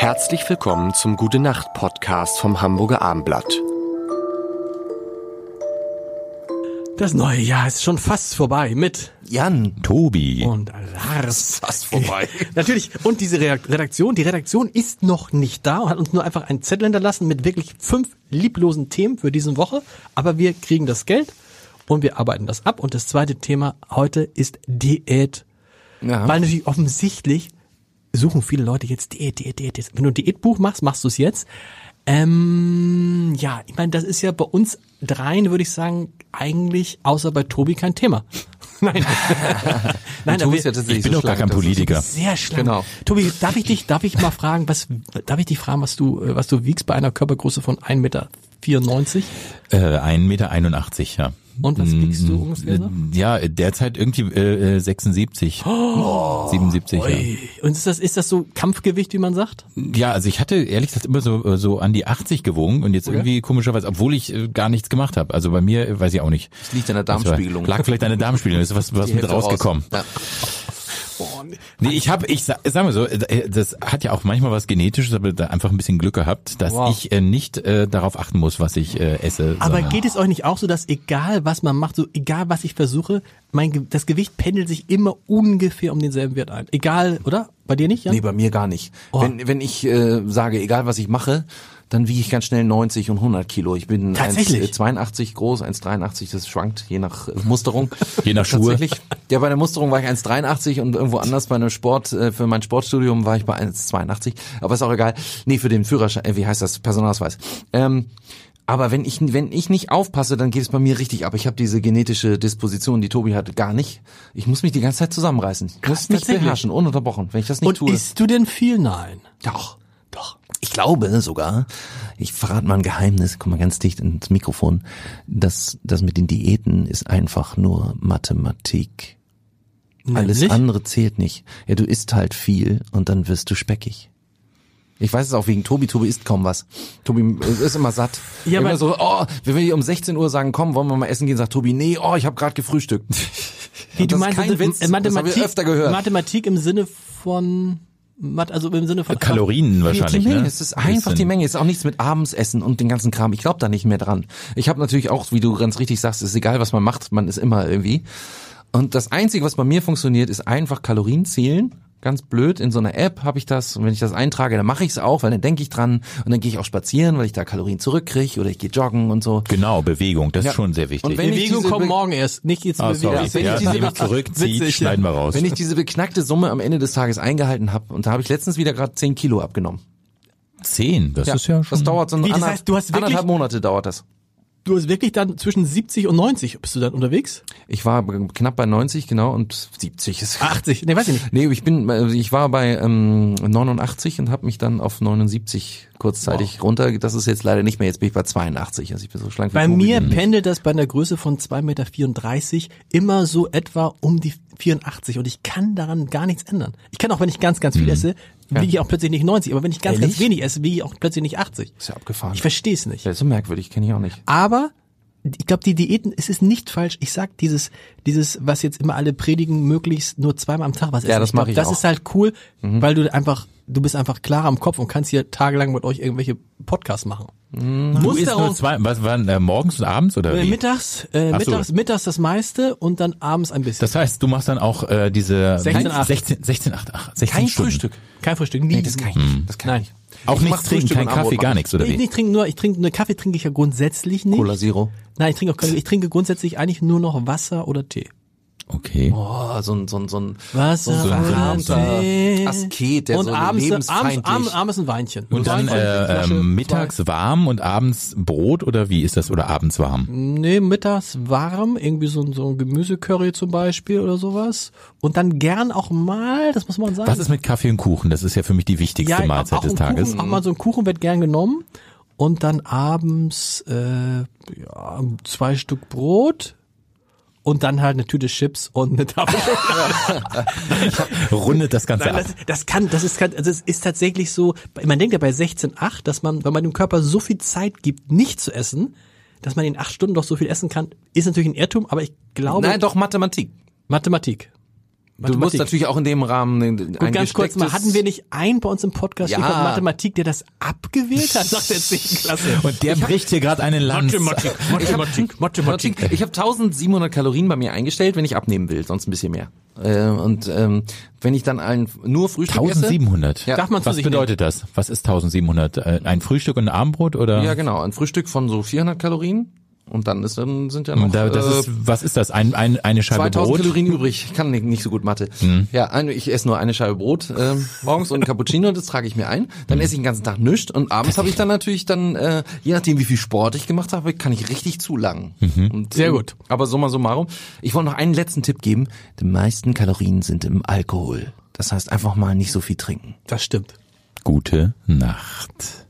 Herzlich willkommen zum Gute-Nacht-Podcast vom Hamburger Abendblatt. Das neue Jahr ist schon fast vorbei mit Jan, Tobi und Lars. fast vorbei. Natürlich. Und diese Redaktion, die Redaktion ist noch nicht da und hat uns nur einfach einen Zettel hinterlassen mit wirklich 5 lieblosen Themen für diese Woche. Aber wir kriegen das Geld und wir arbeiten das ab. Und das zweite Thema heute ist Diät. Ja. Weil natürlich offensichtlich suchen viele Leute jetzt Diät. Wenn du ein Diätbuch machst, machst du es jetzt. Ja, ich meine, das ist ja bei uns dreien, würde ich sagen, eigentlich außer bei Tobi kein Thema. Nein, aber ich bin doch gar kein Politiker. Sehr schlank. Genau. Tobi, darf ich mal fragen, was du wiegst bei einer Körpergröße von 1,94 Meter? 1,81 Meter, ja. Und was wiegst du ungefähr so? Ja, derzeit irgendwie 76, 77. Ja. Und ist das so Kampfgewicht, wie man sagt? Ja, also ich hatte ehrlich gesagt immer so an die 80 gewogen und jetzt irgendwie komischerweise, obwohl ich gar nichts gemacht habe. Also bei mir weiß ich auch nicht. Das liegt an der Darmspiegelung. Lag vielleicht an der Darmspiegelung, ist was mit rausgekommen. Ja. Nee, ich sag mal so, das hat ja auch manchmal was Genetisches, aber da einfach ein bisschen Glück gehabt, dass ich nicht darauf achten muss, was ich esse. Aber geht es euch nicht auch so, dass egal was man macht, so egal was ich versuche, das Gewicht pendelt sich immer ungefähr um denselben Wert ein? Egal, oder? Bei dir nicht, Jan? Nee, bei mir gar nicht. Oh. Wenn ich sage, egal was ich mache, dann wiege ich ganz schnell 90 und 100 Kilo. Ich bin 1,82 groß, 1,83, das schwankt, je nach Musterung. Je nach Schuhe. Tatsächlich. Ja, bei der Musterung war ich 1,83 und irgendwo anders bei einem für mein Sportstudium war ich bei 1,82. Aber ist auch egal. Nee, für den Führerschein, wie heißt das? Personalausweis. Aber wenn ich nicht aufpasse, dann geht es bei mir richtig ab. Ich habe diese genetische Disposition, die Tobi hatte, gar nicht. Ich muss mich die ganze Zeit zusammenreißen. Ich muss mich beherrschen, ununterbrochen, wenn ich das nicht tue. Und isst du denn viel? Nein. Doch. Ich glaube sogar, ich verrate mal ein Geheimnis, komm mal ganz dicht ins Mikrofon, das mit den Diäten ist einfach nur Mathematik. Nämlich? Alles andere zählt nicht. Ja, du isst halt viel und dann wirst du speckig. Ich weiß es auch wegen Tobi. Tobi isst kaum was. Tobi ist immer satt. Ja, immer so, wenn wir hier um 16 Uhr sagen, komm, wollen wir mal essen gehen, sagt Tobi, nee, ich habe gerade gefrühstückt. Hey, du meinst kein Witz, Mathematik, das haben wir öfter gehört. Mathematik im Sinne von Kalorien wahrscheinlich, die Menge, ne? es ist einfach die Menge, es ist auch nichts mit Abendsessen und den ganzen Kram. Ich glaube da nicht mehr dran. Ich habe natürlich auch, wie du ganz richtig sagst, es ist egal, was man macht, man ist immer irgendwie. Und das Einzige, was bei mir funktioniert, ist einfach Kalorien zählen. Ganz blöd, in so einer App habe ich das und wenn ich das eintrage, dann mache ich es auch, weil dann denke ich dran und dann gehe ich auch spazieren, weil ich da Kalorien zurückkriege oder ich gehe joggen und so. Genau, Bewegung, das ist schon sehr wichtig. Und wenn Bewegung kommt morgen erst, nicht jetzt sorry. Wenn ich diese zurückzieht, schneiden wir raus. Wenn ich diese beknackte Summe am Ende des Tages eingehalten habe und da habe ich letztens wieder gerade 10 Kilo abgenommen. 10, das ist ja schon. Das dauert so Wie, das heißt, du hast wirklich- anderthalb Monate dauert das. Du hast wirklich dann zwischen 70 und 90, bist du dann unterwegs? Ich war knapp bei 90, genau, und 70 ist 80, nee, weiß ich nicht. Nee, ich war bei 89 und habe mich dann auf 79 kurzzeitig runter. Das ist jetzt leider nicht mehr, jetzt bin ich bei 82, also ich bin so schlank wie Bei Tobi. mir pendelt das bei einer Größe von 2,34 Meter immer so etwa um die 84 und ich kann daran gar nichts ändern. Ich kann auch, wenn ich ganz, ganz viel esse, wiege ich auch plötzlich nicht 90, aber wenn ich ganz, ganz wenig esse, wiege ich auch plötzlich nicht 80. Ist ja abgefahren. Ich verstehe es nicht. Das ist so merkwürdig, kenne ich auch nicht. Aber ich glaube, die Diäten, es ist nicht falsch. Ich sag dieses, was jetzt immer alle predigen, möglichst nur zweimal am Tag was essen. Ja, das mache ich Das auch. ist halt cool, weil du bist einfach klarer am Kopf und kannst hier tagelang mit euch irgendwelche Podcasts machen. Du isst nur zwei, was waren morgens und abends oder wie? Mittags das meiste und dann abends ein bisschen. Das heißt, du machst dann auch diese 16,8. 16 Kein Stunden. Frühstück. Kein Frühstück, nie. Nee, das kann ich nicht. Das kann Nein. ich nicht. Auch Ich nichts mach trinken, Frühstück kein und Kaffee, Abendbrot. gar nichts, oder Ich wie? trinke Kaffee trinke ich ja grundsätzlich nicht. Cola Zero. Nein, ich trinke grundsätzlich eigentlich nur noch Wasser oder Tee. Okay. Oh, so ein Wasser, verharmter Tee. Asket, der und so abends lebensfeindlich. abends ein Weinchen. Und dann Flasche, mittags warm und abends Brot oder wie ist das? Oder abends warm? Nee, mittags warm, irgendwie so ein Gemüsecurry zum Beispiel oder sowas. Und dann gern auch mal, das muss man sagen. Was ist mit Kaffee und Kuchen? Das ist ja für mich die wichtigste Mahlzeit des Tages. Kuchen, auch mal so ein Kuchen wird gern genommen. Und dann abends 2 Stück Brot. Und dann halt eine Tüte Chips und eine Tafel Schokolade. Rundet das Ganze Nein, ab. das ist tatsächlich so, man denkt ja bei 16,8, dass man, wenn man dem Körper so viel Zeit gibt, nicht zu essen, dass man in 8 Stunden doch so viel essen kann, ist natürlich ein Irrtum, aber ich glaube... Nein, doch Mathematik. Mathematik. Du musst natürlich auch in dem Rahmen und ganz kurz mal, hatten wir nicht einen bei uns im Podcast Ja. Stichwort Mathematik, der das abgewählt hat nach der 10. Klasse? Und der bricht hier gerade einen Lanz. Mathematik. Ich habe 1700 Kalorien bei mir eingestellt, wenn ich abnehmen will, sonst ein bisschen mehr. Wenn ich dann nur Frühstück 1700. Ja. Darf man zu Was sich bedeutet das? Was ist 1700? Ein Frühstück und ein Abendbrot oder? Ja, genau, ein Frühstück von so 400 Kalorien und dann sind ja noch Was ist das? Eine Scheibe 2000 Brot? Kalorien übrig. Ich kann nicht so gut Mathe. Ja, ich esse nur eine Scheibe Brot morgens und ein Cappuccino, das trage ich mir ein. Dann esse ich den ganzen Tag nichts und abends habe ich dann natürlich je nachdem wie viel Sport ich gemacht habe, kann ich richtig zulangen. Und, Sehr gut. Aber summa summarum, ich wollte noch einen letzten Tipp geben. Die meisten Kalorien sind im Alkohol. Das heißt einfach mal nicht so viel trinken. Das stimmt. Gute Nacht.